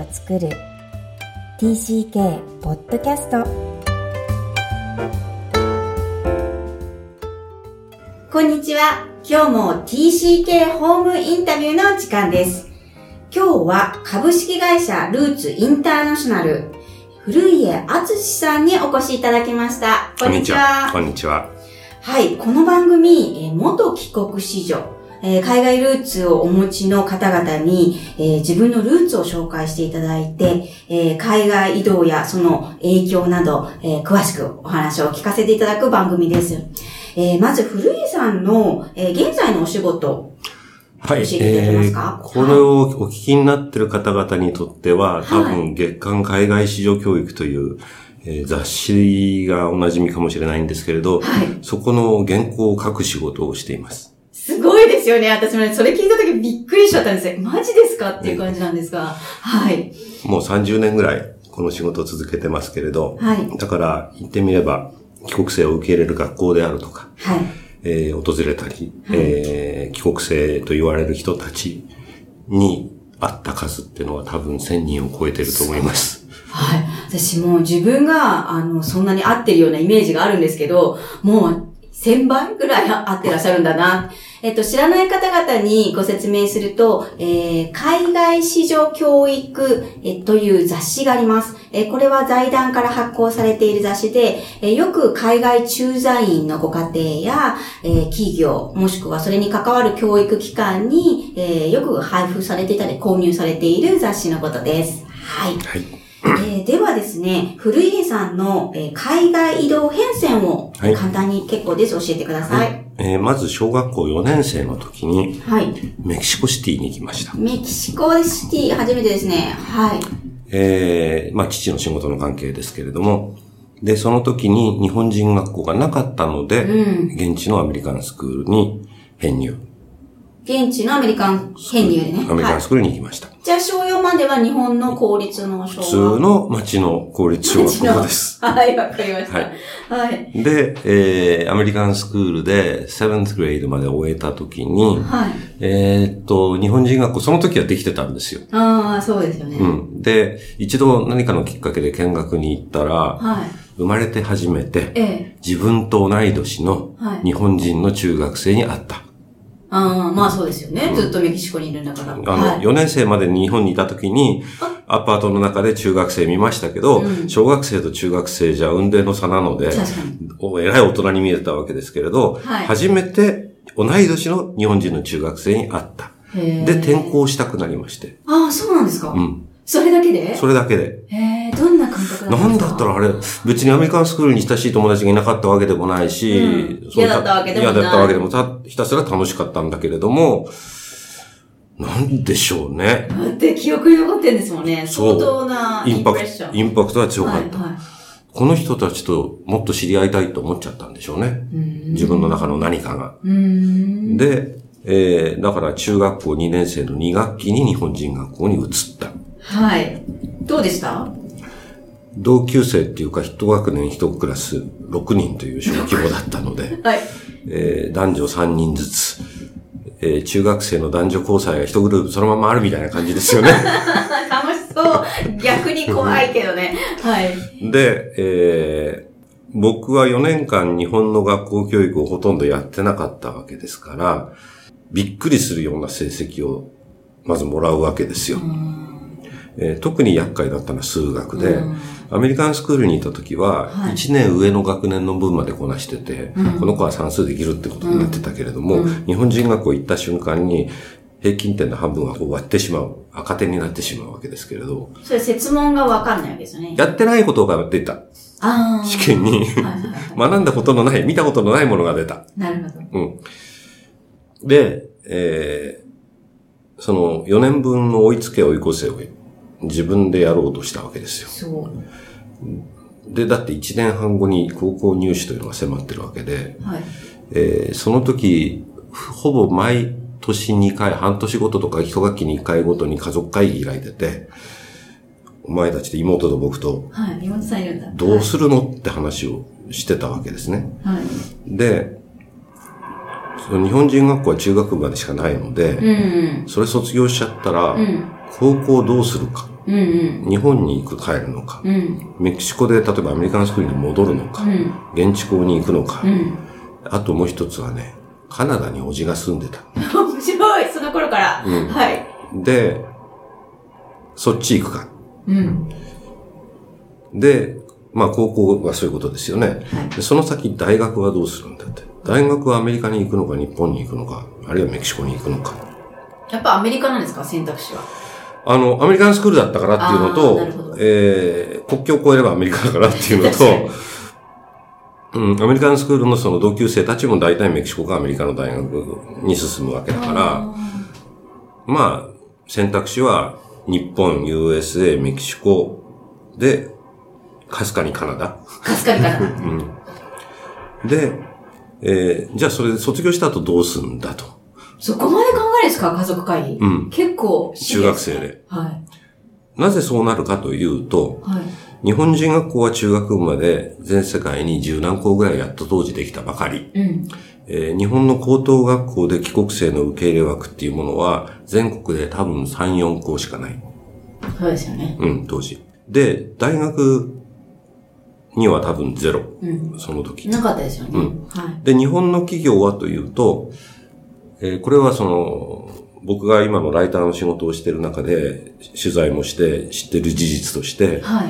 作る TCK ポッドキャスト。こんにちは。今日も TCK ホームインタビューの時間です。今日は株式会社ルーツインターナショナル古家敦さんにお越しいただきました。こんにちは。 こんにちは。 はい、この番組、元帰国子女、海外ルーツをお持ちの方々に、自分のルーツを紹介していただいて、海外移動やその影響など、詳しくお話を聞かせていただく番組です。まず古家さんの、現在のお仕事、 はい、 教えていただけますか？ これをお聞きになっている方々にとっては、多分月刊海外市場教育という、雑誌がおなじみかもしれないんですけれど、そこの原稿を書く仕事をしています。 すごいですよね。私もね、それ聞いたときびっくりしちゃったんですよ。マジですかっていう感じなんですが。はい。 もう30年ぐらいこの仕事を続けてますけれど、だから言ってみれば帰国生を受け入れる学校であるとか、訪れたり、帰国生と言われる人たちに会った数っていうのは多分1000人を超えていると思います。 はい。私も自分が、そんなに合ってるようなイメージがあるんですけど、もう1000倍ぐらい合ってらっしゃるんだな。知らない方々にご説明すると、海外市場教育、という雑誌があります。これは財団から発行されている雑誌で、よく海外駐在員のご家庭や、企業、もしくはそれに関わる教育機関に、よく配布されていたり購入されている雑誌のことです。はい。ではですね、古家さんの、海外移動変遷を簡単に結構です。教えてください。 まず小学校4年生の時に、メキシコシティに行きました。 メキシコシティ、初めてですね。はい。 父の仕事の関係ですけれども、で、その時に日本人学校がなかったので、現地のアメリカンスクールに編入。 現地のアメリカン編入でね。 アメリカンスクールに行きました。 じゃあ、小4までは日本の公立の小学校。 普通の町の公立小学校です。 はい、わかりました。はい。 で、アメリカンスクールで7th grade まで終えた時に、日本人学校、その時はできてたんですよ。 ああ、そうですよね。 で、一度何かのきっかけで見学に行ったら、生まれて初めて、自分と同い年の日本人の中学生に会った。 まあそうですよね。ずっとメキシコにいるんだから。 4年生まで日本にいた時に、アパートの中で中学生見ましたけど、小学生と中学生じゃ雲泥の差なので、えらい大人に見えたわけですけれど、初めて同い年の日本人の中学生に会った。で、転校したくなりまして。 ああ、そうなんですか？それだけで？ それだけで。 どんな感覚だったんですか？ なんだったらあれ、別にアメリカンスクールに親しい友達がいなかったわけでもないし、 嫌だったわけでもない。 嫌だったわけでもひたすら楽しかったんだけれども、なんでしょうね。 だって記憶に残ってるんですもんね。相当なインパクトは強かった。この人たちともっと知り合いたいと思っちゃったんでしょうね。自分の中の何かが。で、だから中学校2年生の2学期に日本人学校に移った。 はい。どうでした？ 同級生っていうか、一学年一クラス6人という小規模だったので、男女3人ずつ、中学生の男女交際が一グループそのままあるみたいな感じですよね。 楽しそう。逆に怖いけどね。はい。 で、僕は4年間日本の学校教育をほとんどやってなかったわけですから、びっくりするような成績をまずもらうわけですよ。特に厄介だったのは数学で、アメリカンスクールにいた時は、1年上の学年の分までこなしてて、この子は算数できるってことになってたけれども、日本人学校行った瞬間に、平均点の半分は割ってしまう。赤点になってしまうわけですけれど。 それ設問がわかんないわけですよね。 やってないことが出た。試験に学んだことのない、見たことのないものが出た。 なるほど。で、その4年分の追いつけ追い越せを自分でやろうとしたわけですよ。で、だって1年半後に高校入試というのが迫ってるわけで、その時、ほぼ毎年2回、半年ごととか1学期に1回ごとに家族会議が出て、お前たちで妹と僕と、 妹さんいるんだ。 どうするのって話をしてたわけですね。で、その日本人学校は中学部までしかないので、それ卒業しちゃったら、高校どうするか。 うんうん。 日本に帰るのか、 うん。 メキシコで例えばアメリカンスクールに戻るのか、 うん。 現地校に行くのか、 うん。 あともう一つはね、カナダに叔父が住んでた。 面白い、その頃から。 うん、 はい。 で、そっち行くか。 うん。 で、まあ高校はそういうことですよね。 はい、 でその先大学はどうするんだって。大学はアメリカに行くのか日本に行くのか、あるいはメキシコに行くのか。 やっぱアメリカなんですか、選択肢は。 アメリカンスクールだったからっていうのと、国境を越えればアメリカだからっていうのと、アメリカンスクールのその同級生たちも大体メキシコかアメリカの大学に進むわけだから、まあ、選択肢は日本、USA、メキシコで、かすかにカナダ。 かすかにカナダ。 で、じゃあそれで卒業した後どうすんだと。 そこまで考えるんですか、家族会議。 うん。 結構中学生で。 はい。 なぜそうなるかというと、はい、日本人学校は中学部まで全世界に10何校ぐらいやっと当時できたばかり。日本の高等学校で帰国生の受け入れ枠っていうものは全国で多分3、4校しかない。 そうですよね。 当時。で、大学には多分ゼロ。その時。 なかったですよね。 はい。で、日本の企業はというと、これは僕が今のライターの仕事をしている中で取材もして知っている事実として、はい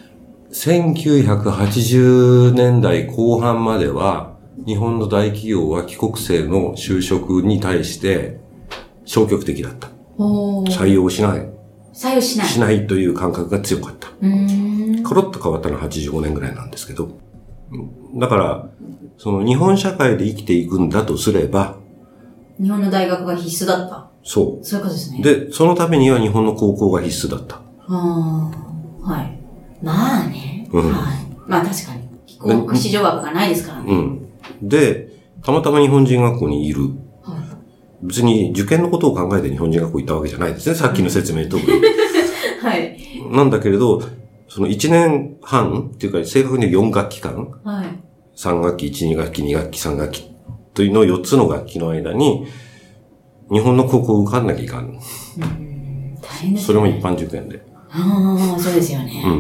、1980年代後半までは日本の大企業は帰国生の就職に対して消極的だった。採用しない。 採用しない。 しないという感覚が強かった。コロッと変わったのは85年ぐらいなんですけど。だから、日本社会で生きていくんだとすれば、 日本の大学が必須だった。 そう。 そういうことですね。 で、そのためには日本の高校が必須だった。 はい。まあね。はい。まあ確かに。帰国子女枠がないですからね。 で、たまたま日本人学校にいる。はい、別に受験のことを考えて日本人学校行ったわけじゃないですね。さっきの説明通り。 はい。 なんだけれど、その1年半っていうか正確に4学期間。はい。3学期、1、2学期、2学期、3学期というのを4つの学期の間に、日本の高校を受かんなきゃいかん。 大変ですね。 それも一般受験で。 そうですよね。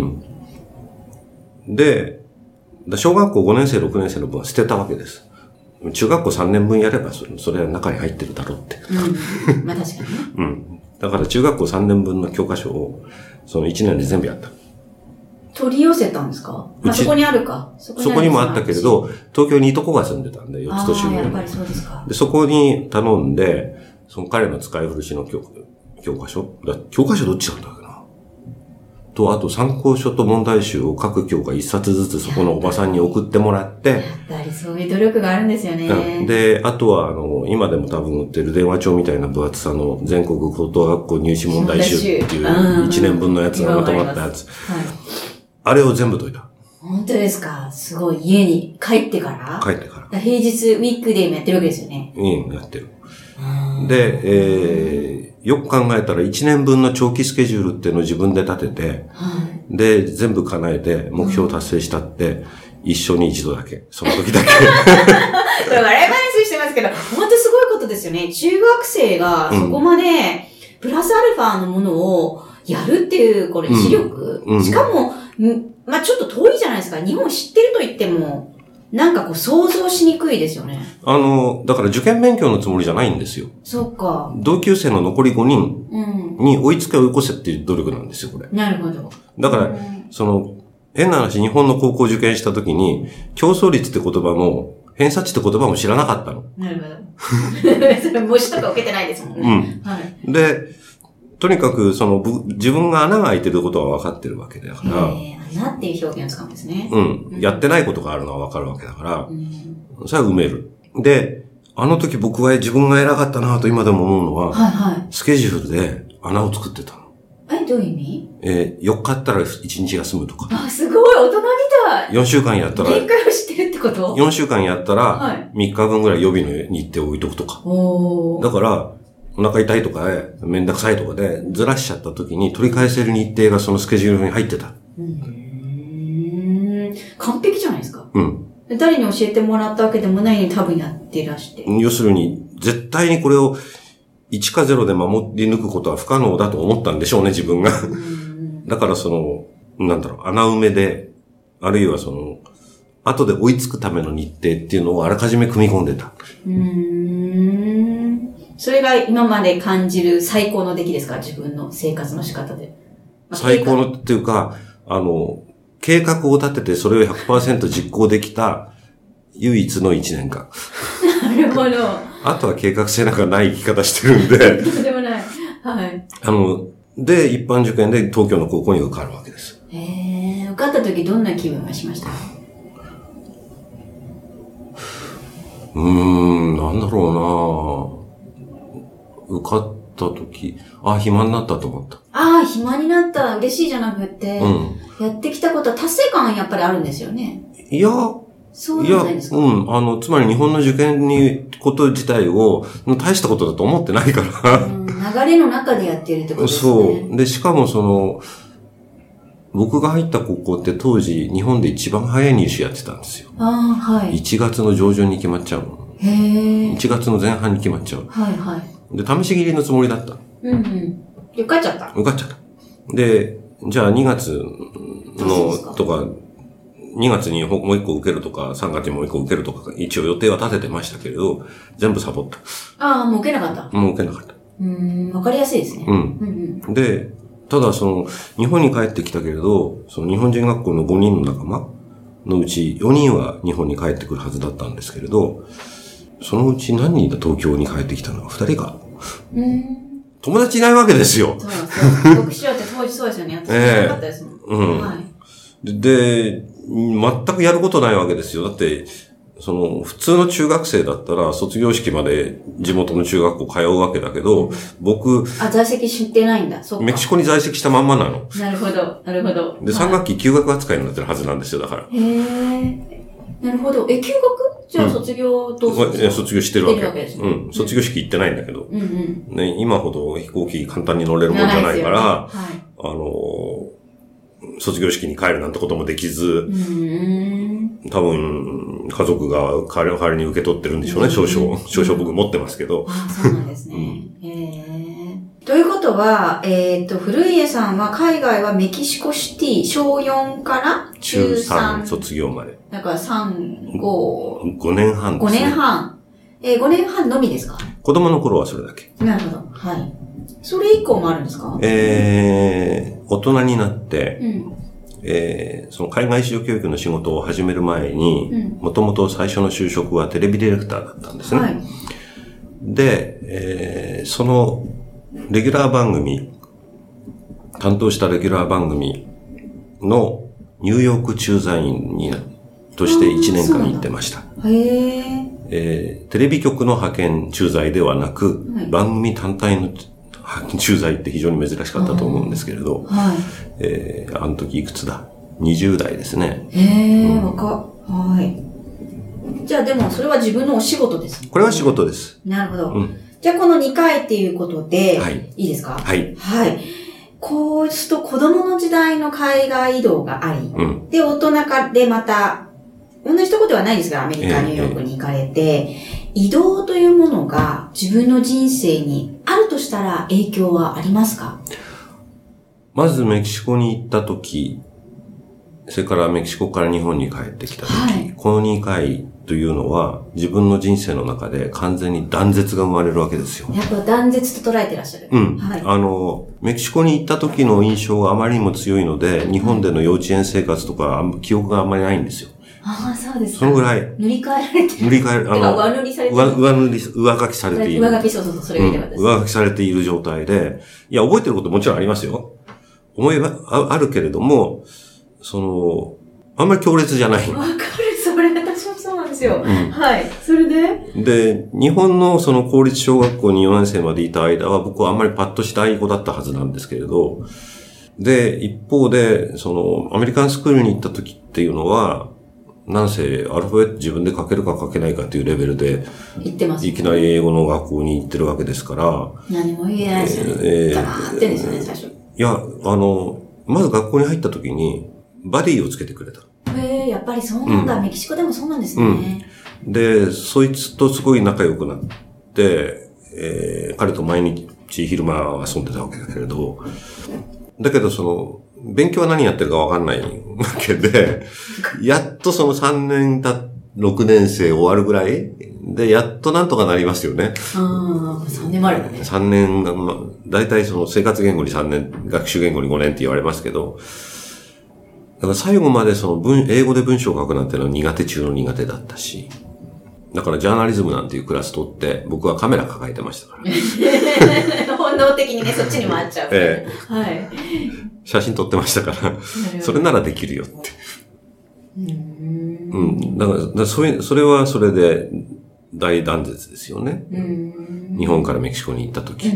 で、小学校5年生、6年生の分は捨てたわけです。中学校3年分やれば、それは中に入ってるだろうって。 まあ確かにね。 だから中学校3年分の教科書を、その1年で全部やった。 取り寄せたんですか？そこにあるか。 そこにもあったけれど、東京にいとこが住んでたんで、4つ年上に。 やっぱりそうですか。 で、そこに頼んで、その彼の使い古しの教科書教科書どっちなんだっけなと、あと参考書と問題集を各教科1冊ずつそこのおばさんに送ってもらって。やっぱりそういう努力があるんですよね。 で、あとは今でも多分売ってる電話帳みたいな分厚さの全国高等学校入試問題集っていう1年分のやつがまとまったやつ。あれを全部解いた。 本当ですか？すごい。家に帰ってから？ 帰ってから。 平日ウィークデーもやってるわけですよね。 やってる。で、よく考えたら1年分の長期スケジュールっていうのを自分で立てて、で、全部叶えて目標達成したって、一生に一度だけ。その時だけ。 笑い話してますけど、本当すごいことですよね。中学生がそこまで、プラスアルファのものをやるっていう、これ、視力。しかも、まあちょっと遠いじゃないですか。日本知ってると言っても、なんか想像しにくいですよね。 だから受験勉強のつもりじゃないんですよ。 そっか。 同級生の残り5人に追いつけ追い越せっていう努力なんですよ、これ。 なるほど。 だから、変な話、日本の高校受験した時に、競争率って言葉も、偏差値って言葉も知らなかったの。 なるほど。それ模試とか受けてないですもんね。はい。 で、とにかく、自分が穴が開いてることは分かってるわけだから。 穴っていう表現を使うんですね。 やってないことがあるのは分かるわけだから、それは埋める。で、あの時僕は自分が偉かったなと今でも思うのは、スケジュールで穴を作ってたの。 どういう意味 ？4日あったら1日休むとか。 すごい、大人みたい。 4週間やったら。 限界を知ってるってこと？ 4 週間やったら、3日分ぐらい予備の日程を置いとくとか。だから、お腹痛いとかめんどくさいとかでずらしちゃった時に取り返せる日程がそのスケジュールに入ってた。 完璧じゃないですか。誰に教えてもらったわけでもないのに多分やってらして。 要するに、絶対にこれを1か0で守り抜くことは不可能だと思ったんでしょうね、自分が。 だから穴埋めで、あるいは後で追いつくための日程っていうのをあらかじめ組み込んでた。 それが今まで感じる最高の出来ですか？自分の生活の仕方で。 最高のっていうか、計画を立ててそれを 100% 実行できた唯一の1年間。 なるほど。 あとは計画性なんかない生き方してるんで。 とんでもない。はい。 で、一般受験で東京の高校に受かるわけです。 受かった時どんな気分がしました？ なんだろうな、受かった時、暇になったと思った。 暇になった。嬉しいじゃなくて、やってきたことは達成感やっぱりあるんですよね。 いや、 そうじゃないですか。 つまり日本の受験こと自体を大したことだと思ってないから。 流れの中でやってるってことですね。 そう。で、しかも僕が入った高校って当時日本で一番早い入試やってたんですよ。 はい。 1月の上旬に決まっちゃうの。1月の前半に決まっちゃう。 はいはい。 で、試し切りのつもりだった。 受かっちゃった。 受かっちゃった。で、じゃあ2月のとか、2月にもう一個受けるとか、3月にもう一個受けるとか、一応予定は立ててましたけれど、全部サボった。 もう受けなかった。 もう受けなかった。 わかりやすいですね。 で、ただ日本に帰ってきたけれど、日本人学校の5人の仲間のうち4人は日本に帰ってくるはずだったんですけれど、そのうち何人だ東京に帰ってきたのは2人か。友達いないわけですよ。 そう帰国しようって当時そうですよね。私知らなかったですもん。はい。 で、全くやることないわけですよ。だって、普通の中学生だったら卒業式まで地元の中学校通うわけだけど、僕、 在籍してないんだ。そうか。 メキシコに在籍したまんまなの。 なるほど、なるほど。 で、3学期休学扱いになってるはずなんですよ、だから。 なるほど。休学じゃあ卒業と、 卒業してるわけ。ですね。卒業式行ってないんだけど。ね、今ほど飛行機簡単に乗れるもんじゃないから、卒業式に帰るなんてこともできず、多分、家族が代わりに受け取ってるんでしょうね、少々僕持ってますけど。 そうなんですね。ということは、古家さんは海外はメキシコシティ、小4から中3卒業まで。 だから3、5、 5年半ですね。 5年半。5年半のみですか？ 子供の頃はそれだけ。 なるほど。はい。それ以降もあるんですか？ 大人になって、その海外市場教育の仕事を始める前に、もともと最初の就職はテレビディレクターだったんですね。で、そのレギュラー番組、担当したレギュラー番組のニューヨーク駐在員として1年間行ってました。テレビ局の派遣駐在ではなく、番組単体の駐在って非常に珍しかったと思うんですけれど、あの時いくつだ ?20 代ですね。 若っ。はい。じゃあでもそれは自分のお仕事ですね。 これは仕事です。 なるほど。じゃあこの2回っていうことで、いいですか？はい。こうすると子供の時代の海外移動があり、で、大人でまた、同じとこではないですが、アメリカ、ニューヨークに行かれて、移動というものが自分の人生にあるとしたら影響はありますか？ まずメキシコに行った時、それからメキシコから日本に帰ってきた時、この2回というのは自分の人生の中で完全に断絶が生まれるわけですよ。 やっぱ断絶と捉えてらっしゃる。 メキシコに行った時の印象があまりにも強いので、日本での幼稚園生活とか記憶があんまりないんですよ。 そうですか。 そのぐらい。 塗り替えられてる。上塗りされてる。 上書きされている。 上書き、そう、それが言いたかったです。 上書きされている状態で、いや、覚えてることもちろんありますよ。思いはあるけれども、あんまり強烈じゃない。 わかる、それ、私もそうなんですよ。はい。それでで、日本のその公立小学校に4年生までいた間は、僕はあんまりパッとしたい子だったはずなんですけれど、で、一方で、アメリカンスクールに行った時っていうのは、なんせ、アルファベット自分で書けるか書けないかっていうレベルで、 言ってます。 いきなり英語の学校に行ってるわけですから。 何も言えないですよね。黙ってんですよね、最初。 いや、まず学校に入った時に、バディをつけてくれた。 やっぱりそうなんだ。メキシコでもそうなんですね。 で、そいつとすごい仲良くなって、彼と毎日昼間遊んでたわけだけれど、だけど勉強は何やってるかわかんないわけで、やっとその3年6年生終わるぐらいで、やっとなんとかなりますよね。 3年もあるんだね。 3年が、だいたいその生活言語に3年、学習言語に5年って言われますけど、だから最後までその英語で文章を書くなんてのは苦手中の苦手だったし、だからジャーナリズムなんていうクラス取って、僕はカメラ抱えてましたから。 本能的にね、そっちに回っちゃう、ね。はい。 写真撮ってましたから、それならできるよって。だからそれはそれで大断絶ですよね。日本からメキシコに行った時。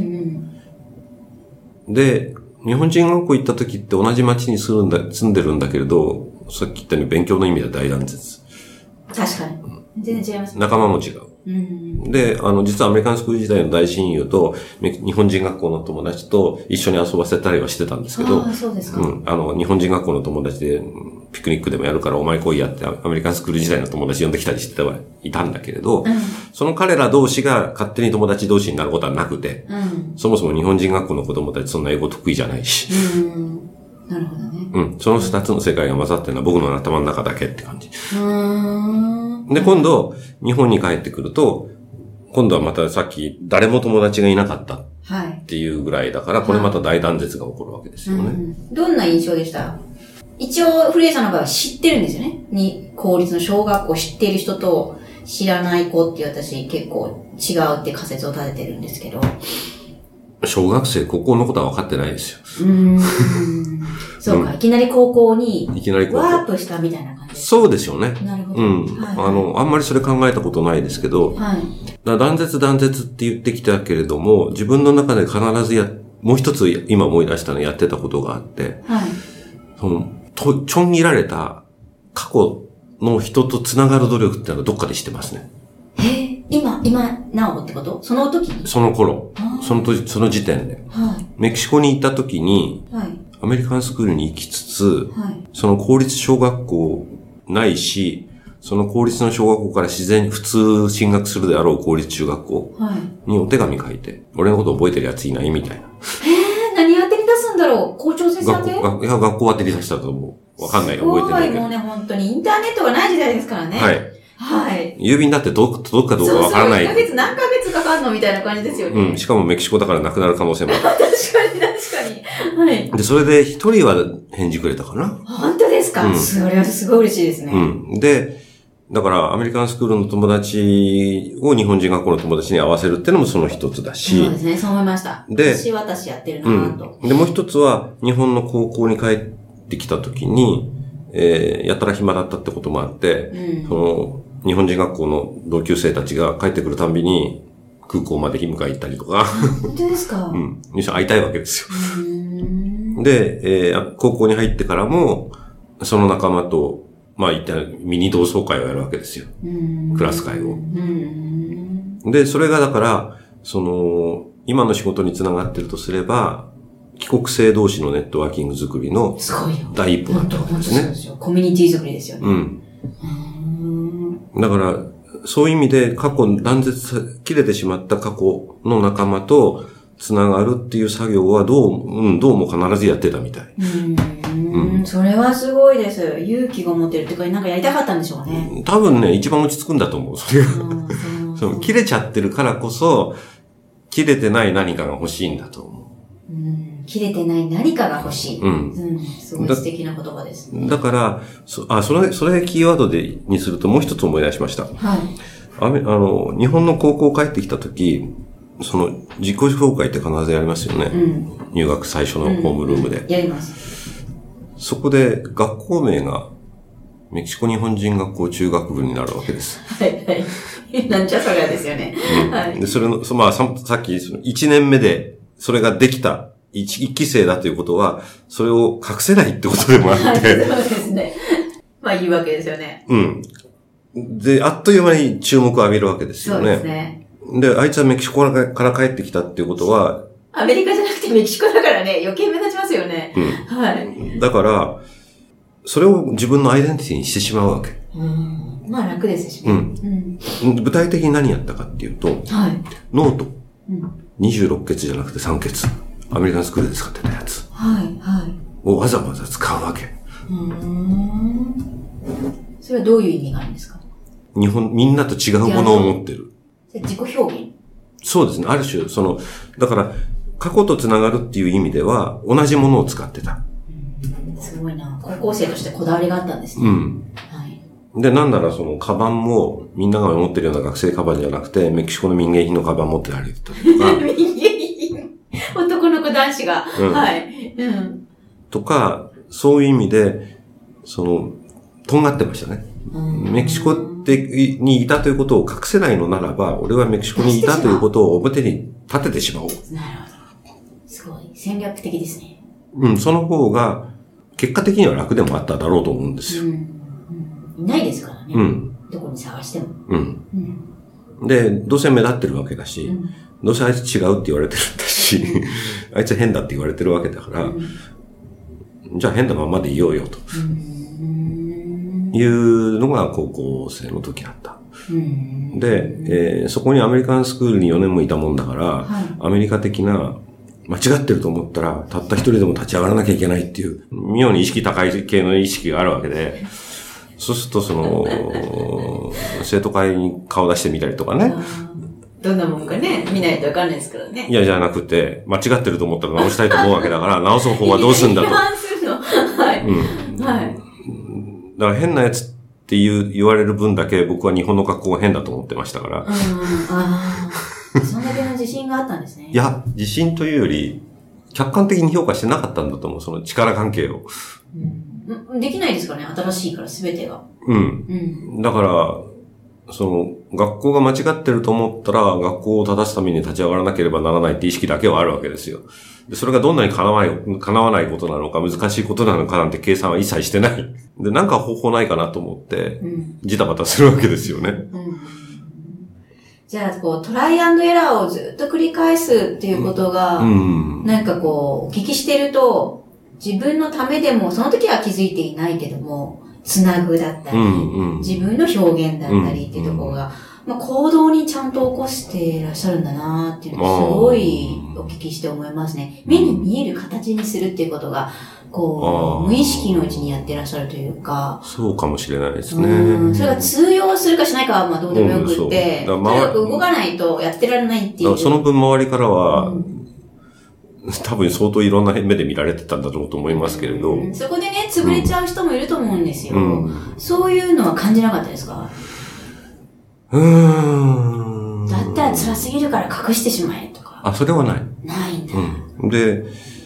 で、日本人学校行った時って同じ町に住んでるんだけれど、さっき言ったように勉強の意味では大断絶。 確かに。全然違います、ね。 仲間も違う。で、実はアメリカンスクール時代の大親友と、日本人学校の友達と一緒に遊ばせたりはしてたんですけど、 そうですか。 日本人学校の友達で、ピクニックでもやるからお前来いやって、アメリカンスクール時代の友達呼んできたりしてはいたんだけれど、その彼ら同士が勝手に友達同士になることはなくて、そもそも日本人学校の子供たちそんな英語得意じゃないし、 なるほどね。 その二つの世界が混ざってるのは僕の頭の中だけって感じ。で、今度、日本に帰ってくると、今度はまたさっき誰も友達がいなかったっていうぐらいだから、これまた大断絶が起こるわけですよね。 どんな印象でした？一応、古江さんの場合は知ってるんですよね。公立の小学校知っている人と知らない子っていう私結構違うって仮説を立ててるんですけど。 小学生、高校のことは分かってないですよ。 そうか、いきなり高校にワープしたみたいな感じです。 そうですよね。 なるほど。 あんまりそれ考えたことないですけど、断絶って言ってきたけれども、自分の中で必ずもう一つ今思い出したのやってたことがあって、ちょん切られた過去の人と繋がる努力ってのはどっかでしてますね。 今なおってこと？その時に？ その頃。その時点で。メキシコに行った時に、アメリカンスクールに行きつつ、その公立小学校ないし、その公立の小学校から自然に普通進学するであろう公立中学校にお手紙書いて、俺のこと覚えてるやついないみたいな。 何当てに出すんだろう？校長先生当て？ いや、学校当てに出したと思う。わかんないよ、覚えてないけど。 もうね、本当にインターネットがない時代ですからね。 郵便だって届くかどうかわからない。 何ヶ月かかんのみたいな感じですよね。 しかもメキシコだからなくなる可能性もある。 確かに。 で、それで一人は返事くれたかな。 本当ですか？それはすごい嬉しいですね。 で、だからアメリカンスクールの友達を日本人学校の友達に合わせるっていうのもその一つだし。 そうですね、そう思いました。 で、 私やってるなと。 で、もう一つは日本の高校に帰ってきた時に、やたら暇だったってこともあって、日本人学校の同級生たちが帰ってくるたんびに空港まで迎え行ったりとか。 本当ですか？ 会いたいわけですよ。で、高校に入ってからも、その仲間と、言ったらミニ同窓会をやるわけですよ。クラス会を。で、それがだから、今の仕事につながってるとすれば、帰国生同士のネットワーキング作りの第一歩だったわけですね。 コミュニティ作りですよね。 だから、そういう意味で切れてしまった過去の仲間とつながるっていう作業はどうも必ずやってたみたい。 それはすごいです。勇気が持てるっていうか、なんかやりたかったんでしょうね。 多分ね、一番落ち着くんだと思う、それが。切れちゃってるからこそ、切れてない何かが欲しいんだと思う。 切れてない何かが欲しい。すごい素敵な言葉です。 だから、それキーワードにするともう一つ思い出しました。日本の高校帰ってきたとき、自己紹介って必ずやりますよね。入学最初のホームルームで。 やります。 そこで学校名がメキシコ日本人学校中学部になるわけです。 なんちゃそりゃですよね。 で、それの、さっき1年目でそれができた1期生だということは、それを隠せないってことでもあって。 そうですね。言うわけですよね。 で、あっという間に注目を浴びるわけですよね。 そうですね。 で、あいつはメキシコから帰ってきたっていうことは、 アメリカじゃなくてメキシコだからね、余計目立ちますよね。 だから、それを自分のアイデンティティにしてしまうわけ。 楽ですしね。 具体的に何やったかっていうと、ノート。26ケツじゃなくて3ケツ。アメリカンスクールで使ってたやつ。 をわざわざ使うわけ。 それはどういう意味があるんですか？ みんなと違うものを持ってる。 自己表現？ そうですね。ある種、だから、過去とつながるっていう意味では、同じものを使ってた。 すごいな。高校生としてこだわりがあったんですね。はい。 で、なんならカバンも、みんなが持ってるような学生カバンじゃなくて、メキシコの民芸品のカバン持って歩いてたりとか。 民芸品男の子男子が。はい。 とか、そういう意味で、とんがってましたね。メキシコにいたということを隠せないのならば、俺はメキシコにいたということを表に立ててしまおう。なるほど。すごい。戦略的ですね。 その方が、結果的には楽でもあっただろうと思うんですよ。 いないですからね。どこに探しても。 で、どうせ目立ってるわけだし、どうせあいつ違うって言われてるんだし、あいつ変だって言われてるわけだから、じゃあ変なままでいようよと。いうのが高校生の時だった。で、そこにアメリカンスクールに4年もいたもんだから、アメリカ的な間違ってると思ったら、たった一人でも立ち上がらなきゃいけないっていう、妙に意識高い系の意識があるわけで、そうすると生徒会に顔出してみたりとかね。 どんなもんかね、見ないとわかんないですからね。 いや、じゃなくて、間違ってると思ったら直したいと思うわけだから、直す方法はどうするんだと。 批判するの。はい。はい。 だから変なやつって言われる分だけ僕は日本の学校が変だと思ってましたから。 そんだけの自信があったんですね。 いや、自信というより、客観的に評価してなかったんだと思う、その力関係を。 できないですからね、新しいから全てが。 だから、学校が間違ってると思ったら、学校を正すために立ち上がらなければならないって意識だけはあるわけですよ。で、それがどんなに叶わないことなのか、難しいことなのかなんて計算は一切してない。で、なんか方法ないかなと思って、ジタバタするわけですよね。 じゃあ、トライアンドエラーをずっと繰り返すっていうことが、なんかお聞きしてると、自分のためでも、その時は気づいていないけども、つなぐだったり、自分の表現だったりっていうところが、行動にちゃんと起こしていらっしゃるんだなっていうのをすごいお聞きして思いますね。目に見える形にするっていうことが、無意識のうちにやってらっしゃるというか。 そうかもしれないですね。 それが通用するかしないかはどうでもよくって、とにかく動かないとやってられないっていう。 その分周りからは、多分相当いろんな目で見られてたんだろうと思いますけれど。 そこでね、潰れちゃう人もいると思うんですよ。そういうのは感じなかったですか？だったら辛すぎるから隠してしまえとか。 それはない。 ないんだ。 で、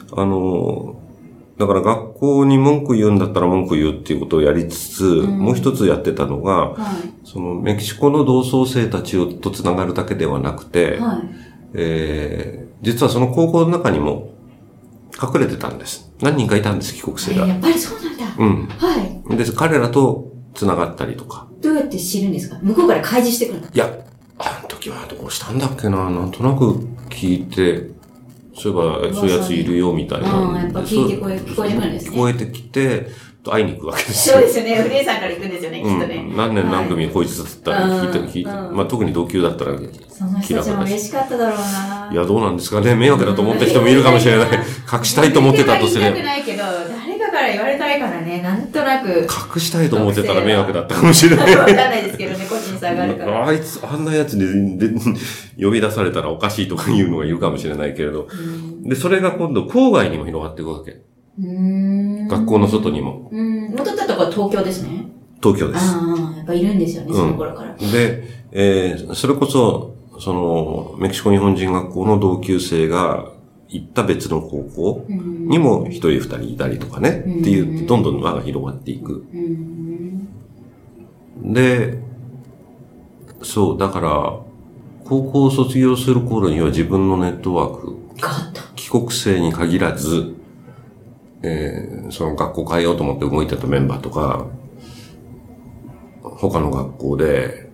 だから学校に文句言うんだったら文句言うっていうことをやりつつ、もう一つやってたのが、メキシコの同窓生たちとつながるだけではなくて、実はその高校の中にも隠れてたんです。何人かいたんです、帰国生が。 やっぱりそうなんだ。はい。 で、彼らとつながったりとか。 どうやって知るんですか？向こうから開示してくるんだ。 いや、あの時はどうしたんだっけな、なんとなく聞いて、そういえば、そういうやついるよ、みたいな。 やっぱ聞こえてくるんですね。 聞こえてきて、会いに行くわけですよ。 そうですよね。お姉さんから行くんですよね、きっとね。 何年何組こいつだったら聞いて、特に同級だったらその人たちも嬉しかっただろうな。 いや、どうなんですかね。迷惑だと思った人もいるかもしれない。隠したいと思ってたとすれば。 言いたくないけど、誰かから言われたいからね、なんとなく。 隠したいと思ってたら迷惑だったかもしれない。 わかんないですけどね、個人差があるから。 あんなやつに呼び出されたらおかしいとか言うのがいるかもしれないけれど。で、それが今度郊外にも広がっていくわけ。学校の外にも。 戻ったところは東京ですね。 東京です。 やっぱいるんですよね、その頃から。 で、それこそ、メキシコ日本人学校の同級生が行った別の高校にも一人二人いたりとかね、っていう、どんどん輪が広がっていく。で、そう、だから、高校を卒業する頃には自分のネットワーク、帰国生に限らず、その学校変えようと思って動いてたメンバーとか、他の学校で、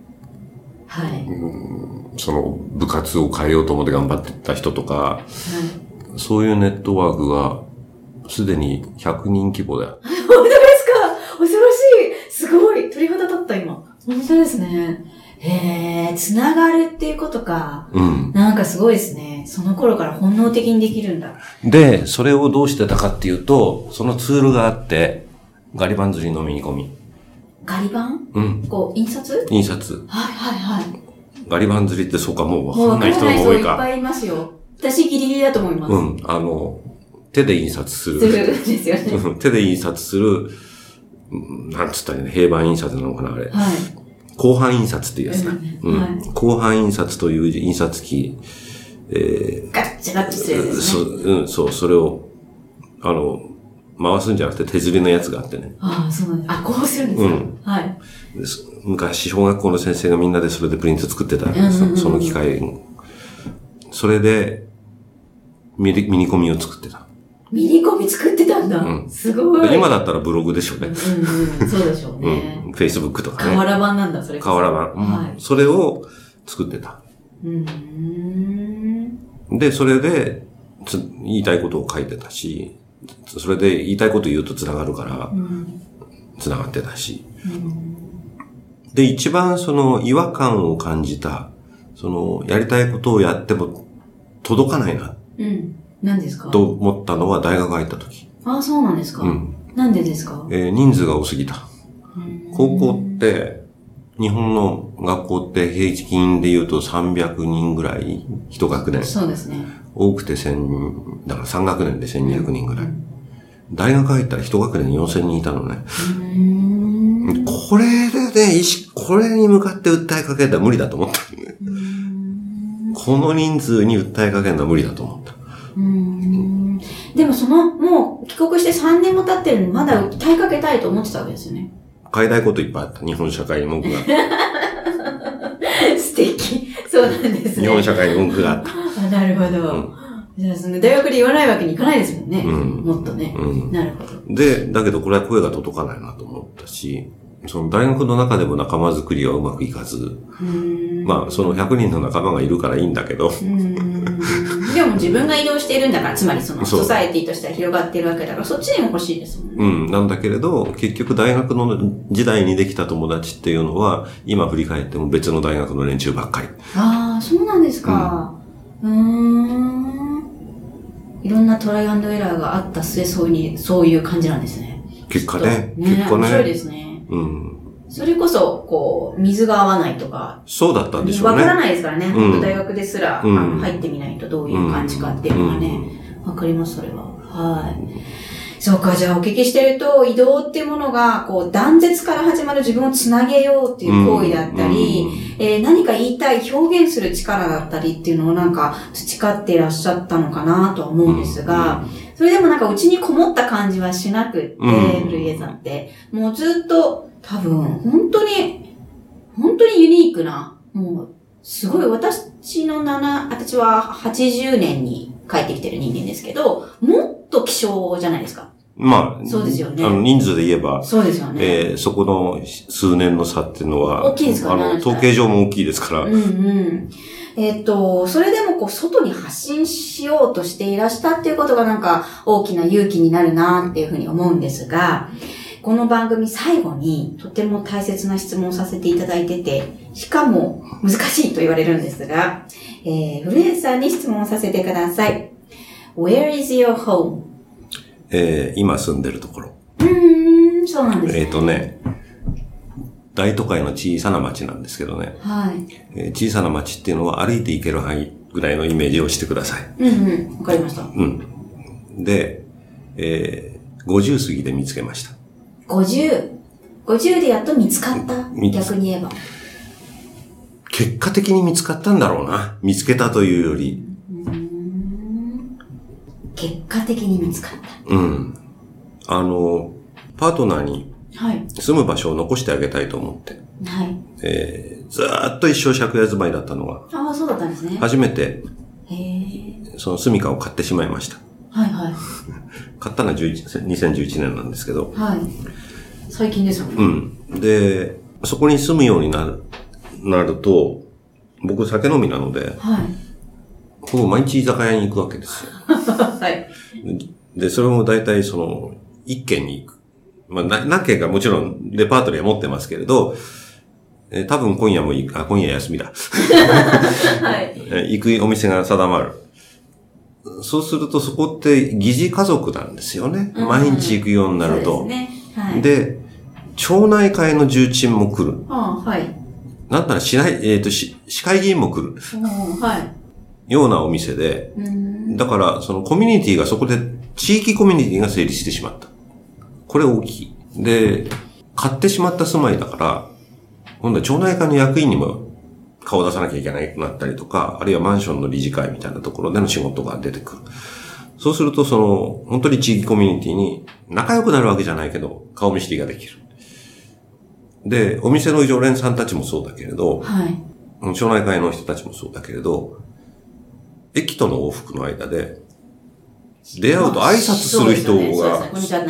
その部活を変えようと思って頑張ってた人とか、そういうネットワークがすでに100人規模で。 本当ですか？恐ろしい。すごい。鳥肌立った今。本当ですね。つながるっていうことか。なんかすごいですね。 ね。その頃から本能的にできるんだ。 で、それをどうしてたかっていうと、そのツールがあって、ガリバン釣りのミニコミ。 ガリバン？ うん。 こう、印刷？ 印刷。 はいはいはい。 ガリバン釣りってそうか、もうわかんない人が多いか。 もうわかんない人いっぱいいますよ。私ギリギリだと思います。 うん。手で印刷する。 するんですよね。 手で印刷する、なんつったらいいの、平板印刷なのかな、あれ。 はい。 広範印刷っていうやつだ。うん。 はい、 広範印刷という印刷機、 ガッチャガッチャするやつですね。 そう、それを、回すんじゃなくて手釣りのやつがあってね。 ああ、そうなんです。あ、こうするんですか、はい。 昔、小学校の先生がみんなでそれでプリント作ってたんです。その機械。それで、ミニコミを作ってた。 ミニコミ作ってたんだ。うん。すごい。 今だったらブログでしょうね。 そうでしょうね。 Facebook とかね。 瓦版なんだ、それ。 瓦版。はい。それを作ってた。で、それで、言いたいことを書いてたし、それで言いたいこと言うと繋がるから、繋がってたし。で、一番違和感を感じた、やりたいことをやっても届かないな。 何ですか？ と思ったのは大学入った時。 ああ、そうなんですか。なんでですか？ 人数が多すぎた。高校って、日本の学校って平均で言うと300人ぐらい、一学年。 そうですね。 多くて1000、だから3学年で1200人ぐらい。大学入ったら一学年4000人いたのね。これでね、これに向かって訴えかけたら無理だと思った。この人数に訴えかけるのは無理だと思った。 でももう帰国して3年も経ってるのにまだ訴えかけたいと思ってたわけですよね。 変えたいこといっぱいあった。日本社会に文句が。 素敵。そうなんですね。 日本社会に文句があった。 なるほど。じゃあ大学で言わないわけにいかないですもんね。もっとね。なるほど。 で、だけどこれは声が届かないなと思ったし、大学の中でも仲間作りはうまくいかず、まあ100人の仲間がいるからいいんだけど。 でも自分が移動しているんだから、つまりソサエティとしては広がっているわけだから、そっちにも欲しいですもんね。 なんだけれど、結局大学の時代にできた友達っていうのは、今振り返っても別の大学の連中ばっかり。 ああ、そうなんですか。いろんなトライアンドエラーがあった末、そういう感じなんですね。 結果ね。 面白いですね。それこそ、水が合わないとか。 そうだったんでしょうね。 わからないですからね。本当大学ですら、入ってみないとどういう感じかっていうのはね、わかります、それは。はい。そうか、じゃあお聞きしてると、移動っていうものが、断絶から始まる自分をつなげようっていう行為だったり、何か言いたい、表現する力だったりっていうのをなんか培っていらっしゃったのかなとは思うんですが、それでもなんかうちにこもった感じはしなくって、古家さんって。もうずっと、多分、本当にユニークな、もう、すごい私は80年に帰ってきてる人間ですけど、もっと希少じゃないですか。 まあ、 そうですよね。 人数で言えば、 そうですよね。 そこの数年の差っていうのは、 大きいですからね。 統計上も大きいですから。 それでも外に発信しようとしていらしたっていうことがなんか大きな勇気になるなっていうふうに思うんですが、この番組最後にとても大切な質問をさせていただいてて、しかも難しいと言われるんですが、古江さんに質問をさせてください。Where is your home? 今住んでるところ。 そうなんですね。大都会の小さな町なんですけどね。 はい。 小さな町っていうのは歩いて行ける範囲ぐらいのイメージをしてください。 わかりました。 で、50過ぎで見つけました。 50でやっと見つかった。逆に言えば。 結果的に見つかったんだろうな。見つけたというより。 結果的に見つかった。 パートナーにはい。 住む場所を残してあげたいと思って。 はい。 ずーっと一生借家住まいだったのが。 ああ、そうだったんですね。 初めて、その住処を買ってしまいました。 はいはい。 買ったのは2011年なんですけど。 はい。最近ですよね。 で、そこに住むようになると、僕酒飲みなので、 はい。 ほぼ毎日居酒屋に行くわけですよ。 はい。 で、それも大体一軒に行く。まあ、何軒かもちろんレパートリーは持ってますけれど、多分今夜休みだ。 はい。 行くお店が定まる。 そうするとそこって疑似家族なんですよね。毎日行くようになると。 そうですね。はい。 で、町内会の重鎮も来る。 はい。 なんなら市会議員も来る。 はい。 ようなお店で。だから、そのコミュニティがそこで、地域コミュニティが成立してしまった。これ大きい。で、買ってしまった住まいだから、今度は町内会の役員にも顔を出さなきゃいけなくなったりとか、あるいはマンションの理事会みたいなところでの仕事が出てくる。そうすると、本当に地域コミュニティに仲良くなるわけじゃないけど、顔見知りができる。で、お店の常連さんたちもそうだけれど、はい、町内会の人たちもそうだけれど、駅との往復の間で、出会うと挨拶する人が、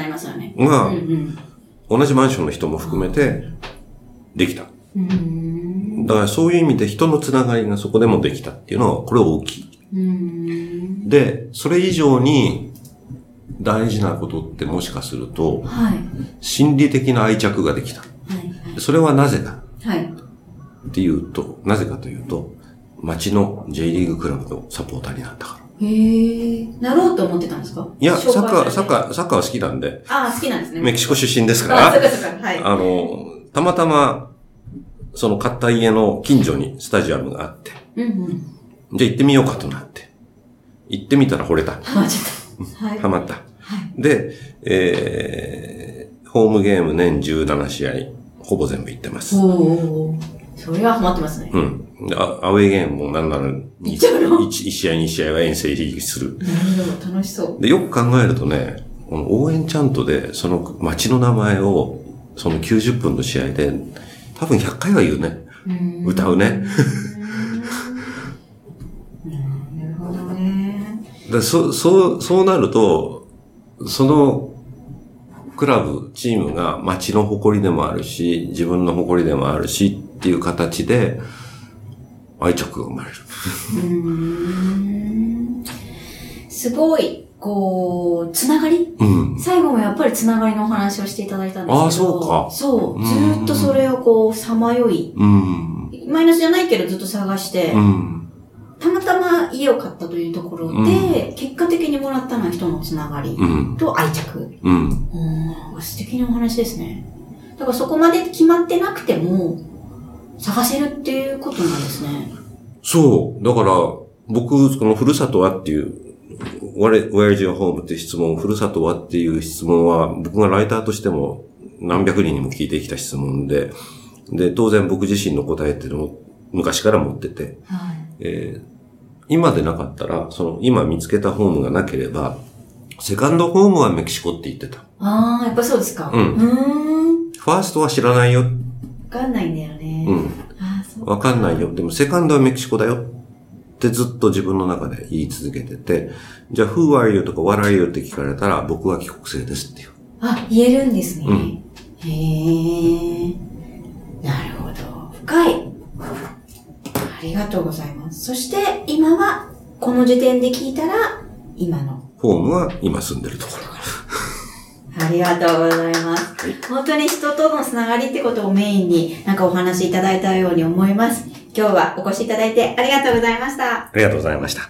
同じマンションの人も含めて、できた。だからそういう意味で人のつながりがそこでもできたっていうのは、これは大きい。で、それ以上に大事なことってもしかすると、はい、心理的な愛着ができた。はいはい、それはなぜか。はい、っていうと、なぜかというと、町の J リーグクラブのサポーターになったから。 なろうと思ってたんですか？ いや、サッカーは好きなんで。 好きなんですね。 メキシコ出身ですから。 そうか。はい。 たまたま、買った家の近所にスタジアムがあって。じゃあ行ってみようかとなって。行ってみたら惚れた。 ハマっちゃった。はい。 ハマった。はい、で、ホームゲーム年17試合、ほぼ全部行ってます。 それはハマってますね。 アウェーゲームもなんなら1試合2試合は遠征入りする。 なるほど、楽しそう。 で、よく考えるとね、この応援チャントで、その街の名前を、その90分の試合で、多分100回は言うね。歌うね。 なるほどね。 そうなると、その、クラブ、チームが街の誇りでもあるし、自分の誇りでもあるしっていう形で愛着が生まれる。 すごい、つながり、最後もやっぱりつながりのお話をしていただいたんですけど。 そうか。 そう。ずーっとそれをさまよい。マイナスじゃないけどずっと探して。たまたま家を買ったというところで、結果的にもらったのは人のつながりと愛着。素敵なお話ですね。だからそこまで決まってなくても、探せるっていうことなんですね。 そう。だから、僕、このふるさとはっていう、Where is your home? って質問、ふるさとはっていう質問は、僕がライターとしても何百人にも聞いてきた質問で、当然僕自身の答えっていうのも昔から持ってて、今でなかったら、今見つけたホームがなければ、セカンドホームはメキシコって言ってた。 やっぱそうですか。ファーストは知らないよ。わかんないんだよね。 わかんないよ。でもセカンドはメキシコだよってずっと自分の中で言い続けてて、じゃあ Who are you とか What are you って聞かれたら僕は帰国生ですっていう。 言えるんですね。なるほど。深い。ありがとうございます。そして今はこの時点で聞いたら今のホームは今住んでるところ。 ありがとうございます。本当に人とのつながりってことをメインにお話いただいたように思います。今日はお越しいただいてありがとうございました。 ありがとうございました。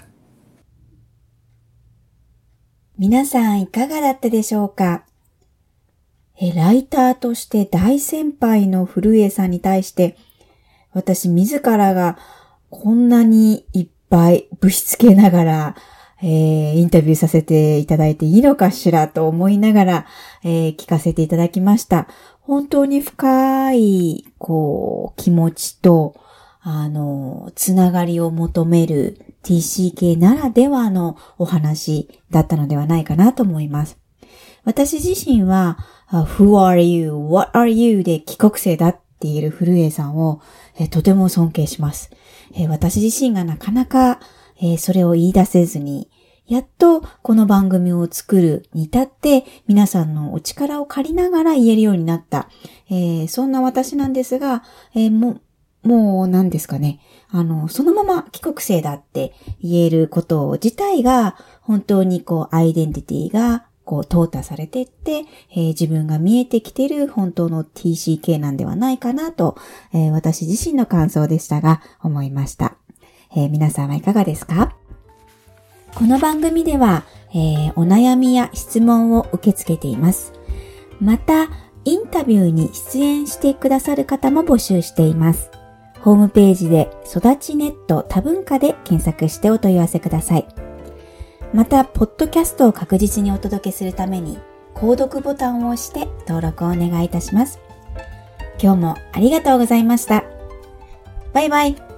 皆さんいかがだったでしょうか？ライターとして大先輩の古江さんに対して、私自らがこんなにいっぱいぶしつけながら、インタビューさせていただいていいのかしらと思いながら、聞かせていただきました。本当に深い、気持ちと、つながりを求める TCK ならではのお話だったのではないかなと思います。私自身は、Who are you? What are you? で帰国生だって言える古江さんを、とても尊敬します。私自身がなかなか、それを言い出せずに、やっとこの番組を作るに至って皆さんのお力を借りながら言えるようになった。そんな私なんですが、もう何ですかね。そのまま帰国生だって言えること自体が本当にアイデンティティが淘汰されていって、自分が見えてきている本当の TCK なんではないかなと、私自身の感想でしたが思いました。皆さんはいかがですか？ この番組では、お悩みや質問を受け付けています。また、インタビューに出演してくださる方も募集しています。ホームページで育ちネット多文化で検索してお問い合わせください。また、ポッドキャストを確実にお届けするために、購読ボタンを押して登録をお願いいたします。今日もありがとうございました。バイバイ。